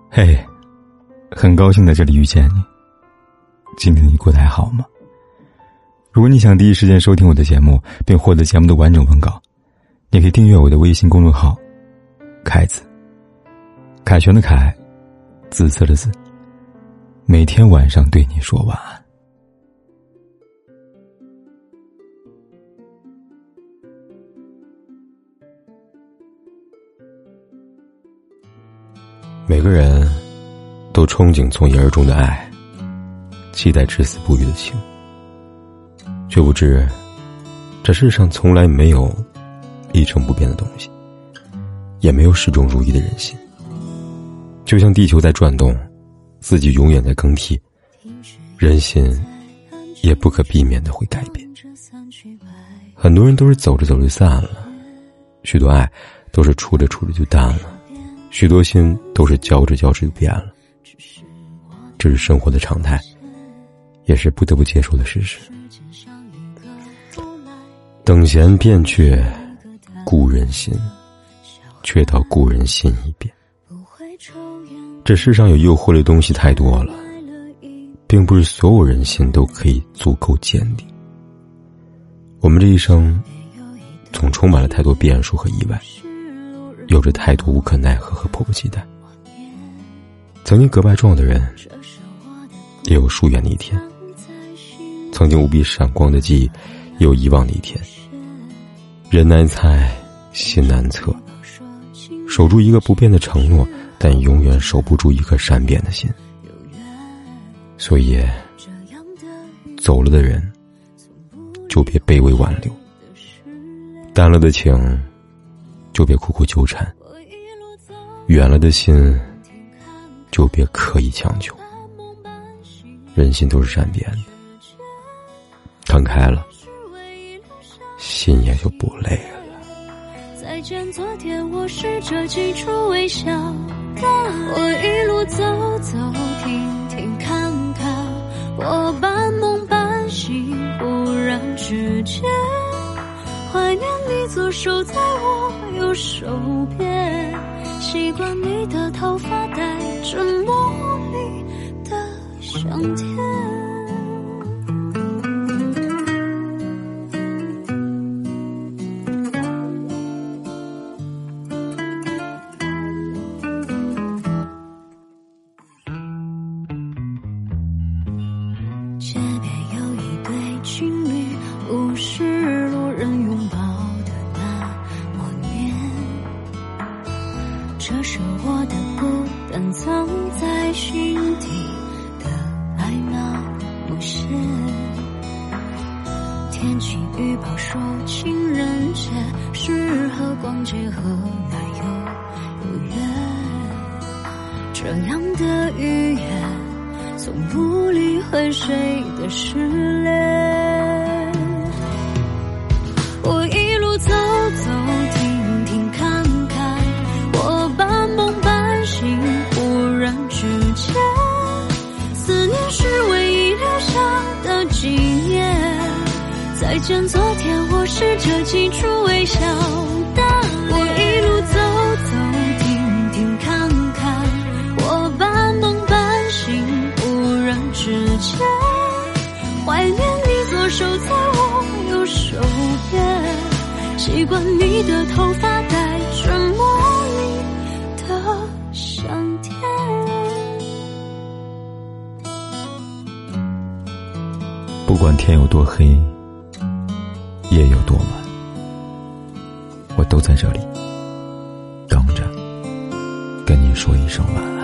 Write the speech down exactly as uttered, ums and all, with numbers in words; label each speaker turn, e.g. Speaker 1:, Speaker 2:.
Speaker 1: 嘿、hey, 很高兴在这里遇见你。今天你过得还好吗？如果你想第一时间收听我的节目并获得节目的完整文稿，你可以订阅我的微信公众号凯子，凯旋的凯，紫色的紫，每天晚上对你说晚安。
Speaker 2: 每个人都憧憬从一而终的爱，期待至死不渝的情，却不知这世上从来没有一成不变的东西，也没有始终如一的人心。就像地球在转动，自己永远在更替，人心也不可避免的会改变。很多人都是走着走着就散了，许多爱都是处着处着就淡了，许多心都是交着交着就变了。这是生活的常态，也是不得不接受的事实。等闲变却故人心，却道故人心已变。这世上有诱惑的东西太多了，并不是所有人心都可以足够坚定。我们这一生总充满了太多变数和意外，有着太多无可奈何和迫不及待。曾经格外重要的人，也有疏远的一天；曾经无比闪光的记忆，也有遗忘的一天。人难猜，心难测，守住一个不变的承诺，但永远守不住一颗善变的心。所以走了的人就别卑微挽留，淡了的情就别苦苦纠缠，远了的心就别刻意强求。人心都是善变的，看开了，心也就不累了。
Speaker 3: 再见昨天，我试着挤出微笑，我一路走走停停看看，我半梦半醒，忽然之间怀念你左手在我右手边，习惯你的头发带着茉莉的香甜。街边有一对情侣，不是路人拥抱的那么黏，这是我的孤单藏在心底的爱那么咸。天气预报说情人节适合逛街和奶油有约，这样的语言从不理会谁的失恋。我一路走走停停看看，我半梦半醒，忽然之间思念是唯一留下的纪念。再见昨天，我试着挤出微笑，但我一路走走停停看看，我半梦半醒，忽然之间怀念你左手在我右手边，习惯你的头发带着茉莉的香甜。
Speaker 1: 不管天有多黑，夜有多晚，我都在这里等着跟你说一声晚安。